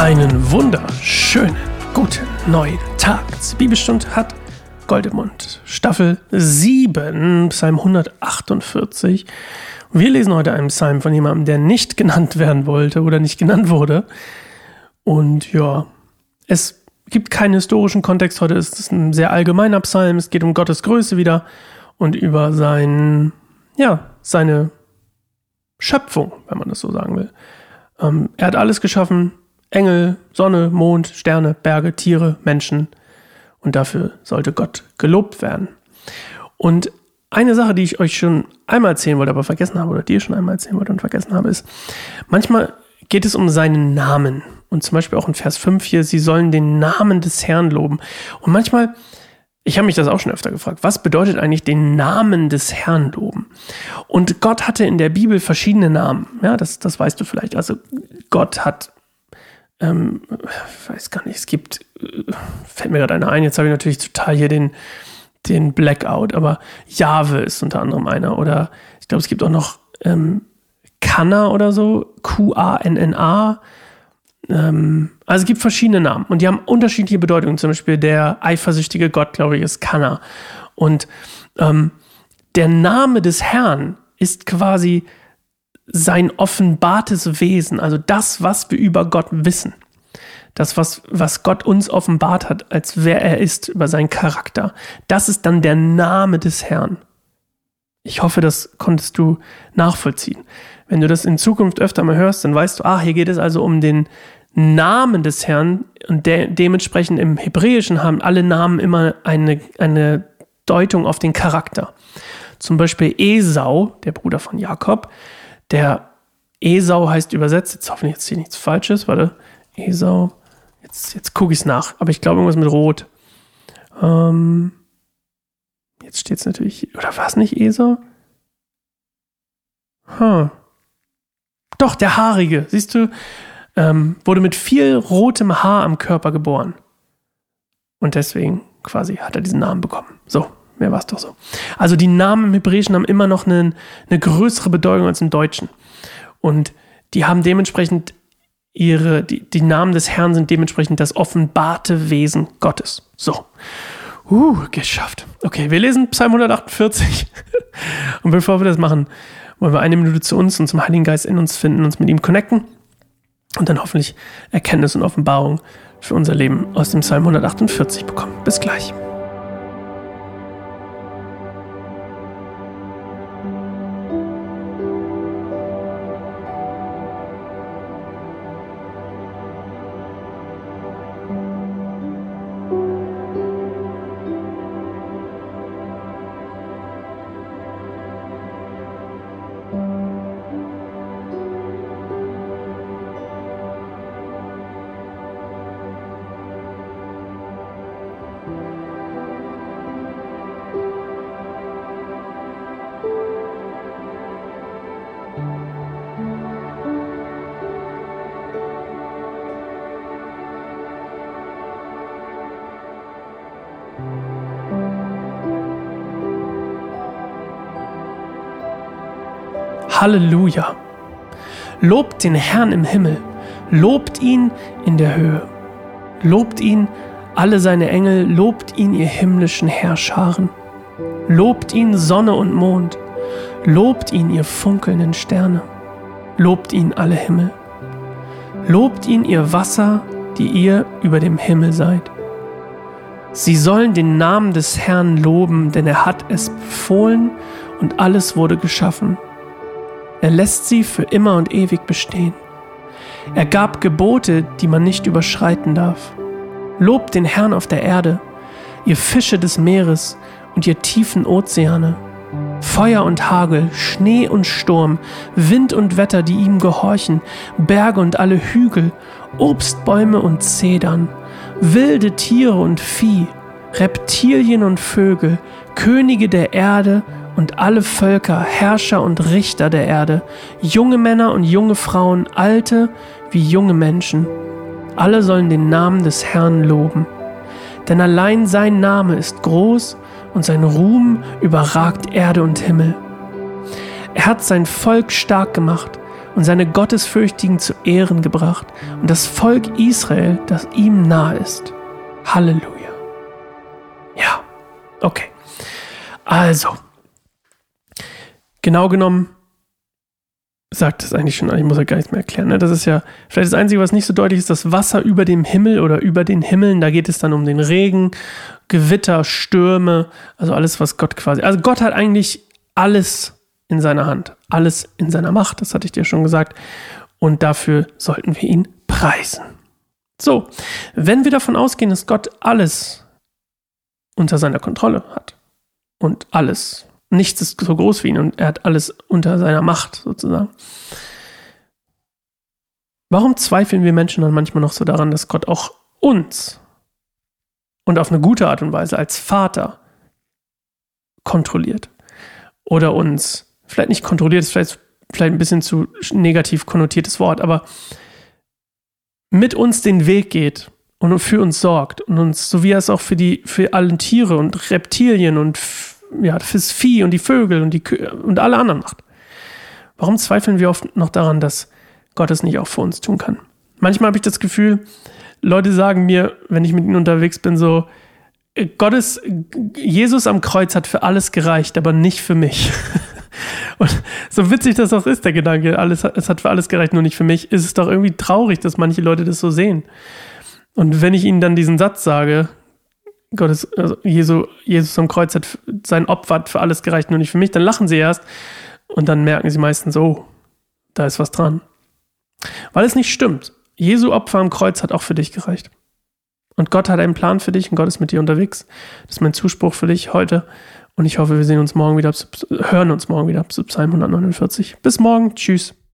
Einen wunderschönen guten neuen Tag. Die Bibelstunde hat Gold im Mund. Staffel 7, Psalm 148. Wir lesen heute einen Psalm von jemandem, der nicht genannt werden wollte oder nicht genannt wurde. Und ja, es gibt keinen historischen Kontext. Heute ist es ein sehr allgemeiner Psalm. Es geht um Gottes Größe wieder und über seine Schöpfung, wenn man das so sagen will. Er hat alles geschaffen. Engel, Sonne, Mond, Sterne, Berge, Tiere, Menschen. Und dafür sollte Gott gelobt werden. Und eine Sache, die ich euch schon einmal erzählen wollte, aber vergessen habe, oder dir schon einmal erzählen wollte und vergessen habe, ist, manchmal geht es um seinen Namen. Und zum Beispiel auch in Vers 5 hier, sie sollen den Namen des Herrn loben. Und manchmal, ich habe mich das auch schon öfter gefragt, was bedeutet eigentlich den Namen des Herrn loben? Und Gott hatte in der Bibel verschiedene Namen. Ja, das weißt du vielleicht. Also Gott hat weiß gar nicht, es gibt, fällt mir gerade einer ein, jetzt habe ich natürlich total hier den Blackout, aber Jahwe ist unter anderem einer, oder ich glaube, es gibt auch noch Kanna oder so, Q-A-N-N-A, also es gibt verschiedene Namen und die haben unterschiedliche Bedeutungen, zum Beispiel der eifersüchtige Gott, glaube ich, ist Kanna, und der Name des Herrn ist quasi sein offenbartes Wesen, also das, was wir über Gott wissen. Das, was Gott uns offenbart hat, als wer er ist, über seinen Charakter. Das ist dann der Name des Herrn. Ich hoffe, das konntest du nachvollziehen. Wenn du das in Zukunft öfter mal hörst, dann weißt du, hier geht es also um den Namen des Herrn, und dementsprechend im Hebräischen haben alle Namen immer eine Deutung auf den Charakter. Zum Beispiel Esau, der Bruder von Jakob. Der Esau heißt übersetzt, jetzt hoffentlich jetzt hier nichts Falsches, warte, Esau, jetzt gucke ich es nach, aber ich glaube irgendwas mit Rot. Jetzt steht es natürlich, oder war es nicht Esau? Doch, der Haarige, siehst du, wurde mit viel rotem Haar am Körper geboren. Und deswegen quasi hat er diesen Namen bekommen. So. Mehr war es doch so. Also die Namen im Hebräischen haben immer noch eine größere Bedeutung als im Deutschen. Und die haben dementsprechend die Namen des Herrn sind dementsprechend das offenbarte Wesen Gottes. So. Geschafft. Okay, wir lesen Psalm 148. Und bevor wir das machen, wollen wir eine Minute zu uns und zum Heiligen Geist in uns finden, uns mit ihm connecten und dann hoffentlich Erkenntnis und Offenbarung für unser Leben aus dem Psalm 148 bekommen. Bis gleich. Halleluja! Lobt den Herrn im Himmel, lobt ihn in der Höhe, lobt ihn alle seine Engel, lobt ihn ihr himmlischen Heerscharen, lobt ihn Sonne und Mond, lobt ihn ihr funkelnden Sterne, lobt ihn alle Himmel, lobt ihn ihr Wasser, die ihr über dem Himmel seid. Sie sollen den Namen des Herrn loben, denn er hat es befohlen und alles wurde geschaffen. Er lässt sie für immer und ewig bestehen. Er gab Gebote, die man nicht überschreiten darf. Lobt den Herrn auf der Erde, ihr Fische des Meeres und ihr tiefen Ozeane. Feuer und Hagel, Schnee und Sturm, Wind und Wetter, die ihm gehorchen, Berge und alle Hügel, Obstbäume und Zedern, wilde Tiere und Vieh, Reptilien und Vögel, Könige der Erde und alle Völker, Herrscher und Richter der Erde, junge Männer und junge Frauen, alte wie junge Menschen. Alle sollen den Namen des Herrn loben. Denn allein sein Name ist groß und sein Ruhm überragt Erde und Himmel. Er hat sein Volk stark gemacht und seine Gottesfürchtigen zu Ehren gebracht und das Volk Israel, das ihm nahe ist. Halleluja. Ja, okay. Also, genau genommen sagt es eigentlich schon, ich muss ja gar nichts mehr erklären. Ne? Das ist ja vielleicht das Einzige, was nicht so deutlich ist, das Wasser über dem Himmel oder über den Himmeln. Da geht es dann um den Regen, Gewitter, Stürme, also alles, was Gott quasi... Also Gott hat eigentlich alles in seiner Hand, alles in seiner Macht, das hatte ich dir schon gesagt. Und dafür sollten wir ihn preisen. So, wenn wir davon ausgehen, dass Gott alles unter seiner Kontrolle hat und alles... Nichts ist so groß wie ihn und er hat alles unter seiner Macht sozusagen. Warum zweifeln wir Menschen dann manchmal noch so daran, dass Gott auch uns und auf eine gute Art und Weise als Vater kontrolliert? Oder uns, vielleicht nicht kontrolliert, ist vielleicht ein bisschen zu negativ konnotiertes Wort, aber mit uns den Weg geht und für uns sorgt und uns, so wie er es auch für alle Tiere und Reptilien und fürs Vieh und die Vögel und alle anderen macht. Warum zweifeln wir oft noch daran, dass Gott es nicht auch für uns tun kann? Manchmal habe ich das Gefühl, Leute sagen mir, wenn ich mit ihnen unterwegs bin, so, Jesus am Kreuz hat für alles gereicht, aber nicht für mich. Und so witzig das auch ist, der Gedanke, es hat für alles gereicht, nur nicht für mich, ist es doch irgendwie traurig, dass manche Leute das so sehen. Und wenn ich ihnen dann diesen Satz sage, Jesus am Kreuz hat sein Opfer hat für alles gereicht, nur nicht für mich, dann lachen sie erst und dann merken sie meistens, oh, da ist was dran. Weil es nicht stimmt. Jesu Opfer am Kreuz hat auch für dich gereicht. Und Gott hat einen Plan für dich und Gott ist mit dir unterwegs. Das ist mein Zuspruch für dich heute und ich hoffe, wir hören uns morgen wieder zu Psalm 149. Bis morgen, tschüss.